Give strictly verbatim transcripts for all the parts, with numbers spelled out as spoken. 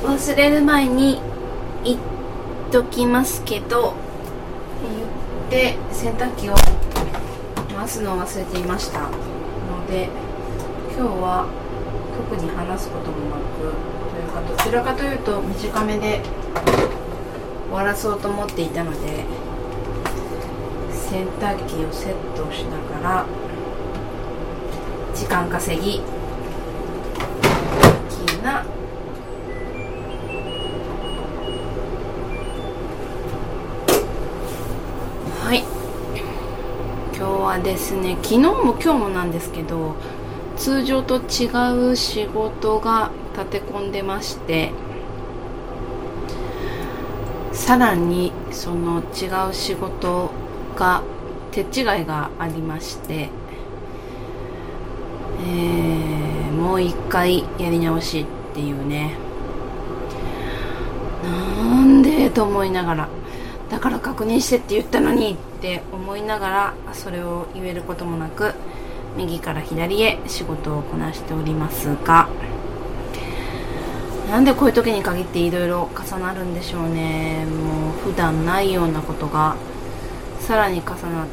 忘れる前に言っときますけど、言って洗濯機を回すのを忘れていましたので、今日は特に話すこともなく、というかどちらかというと短めで終わらそうと思っていたので、洗濯機をセットしながら時間稼ぎ大きなはい、今日はですね、昨日も今日もなんですけど、通常と違う仕事が立て込んでまして、さらにその違う仕事が手違いがありまして、えー、もう一回やり直しっていうね、なんでと思いながら、だから確認してって言ったのにって思いながら、それを言えることもなく右から左へ仕事をこなしておりますが、なんでこういう時に限っていろいろ重なるんでしょうね。もう普段ないようなことがさらに重なって、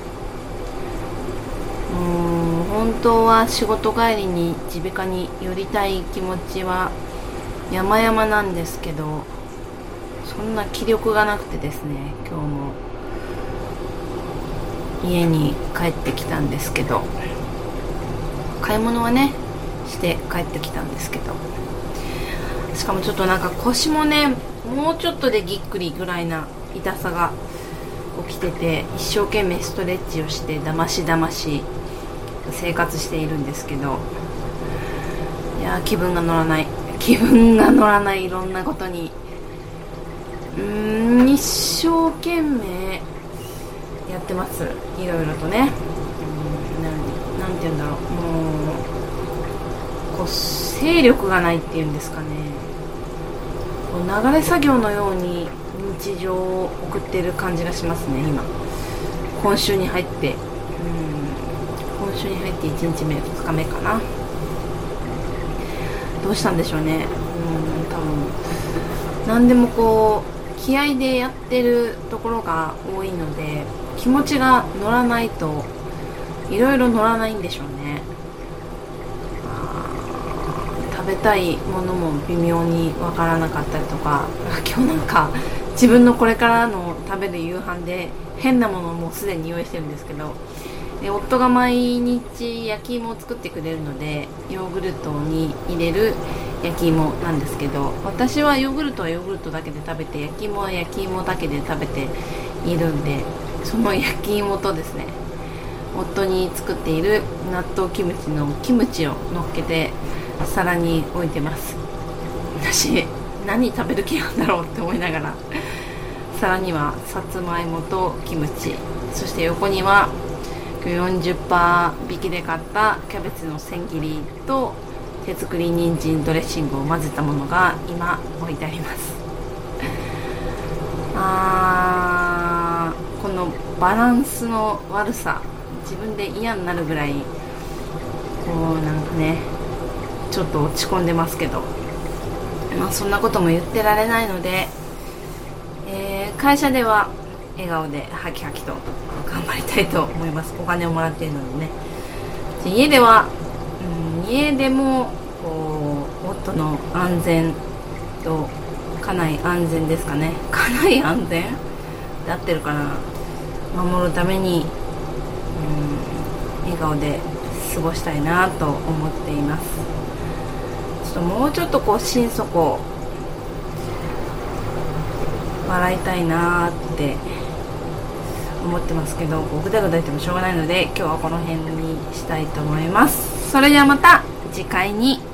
もう本当は仕事帰りに耳鼻科に寄りたい気持ちは山々なんですけど、そんな気力がなくてですね、今日も家に帰ってきたんですけど、買い物はねして帰ってきたんですけど、しかもちょっとなんか腰もね、もうちょっとでぎっくりぐらいな痛さが起きてて、一生懸命ストレッチをしてだましだまし生活しているんですけど、いや気分が乗らない気分が乗らないいろんなことに、うーん一生懸命やってます、いろいろとね。うん、なん、なんて言うんだろう、もうこう勢力がないっていうんですかね、こう流れ作業のように日常を送っている感じがしますね。今今週に入って、うん、今週に入っていちにちめふつかめかな。どうしたんでしょうね。うん、多分何でもこう気合でやってるところが多いので、気持ちが乗らないといろいろ乗らないんでしょうね。食べたいものも微妙にわからなかったりとか、今日なんか自分のこれからの食べる夕飯で変なものをもうすでに用意してるんですけど、で夫が毎日焼き芋を作ってくれるので、ヨーグルトに入れる焼き芋なんですけど、私はヨーグルトはヨーグルトだけで食べて、焼き芋は焼き芋だけで食べているんで、その焼き芋とですね、夫に作っている納豆キムチのキムチを乗っけて皿に置いてます。私何食べる気なんだろうって思いながら、皿にはさつまいもとキムチ、そして横には よんじゅっパーセント 引きで買ったキャベツの千切りと手作り人参ドレッシングを混ぜたものが今置いてあります。あー、このバランスの悪さ、自分で嫌になるぐらいこうなんかね、ちょっと落ち込んでますけど、まあそんなことも言ってられないので、えー、会社では笑顔でハキハキと頑張りたいと思います。お金をもらっているのでね。で家では、うん、家でもこう夫の安全と家内安全ですかね、家内安全で合ってるかな、守るために、うん、笑顔で過ごしたいなと思っています。ちょっともうちょっとこう心底笑いたいなって思ってますけど、こうグダグダ言ってもしょうがないので、今日はこの辺にしたいと思います。それではまた次回に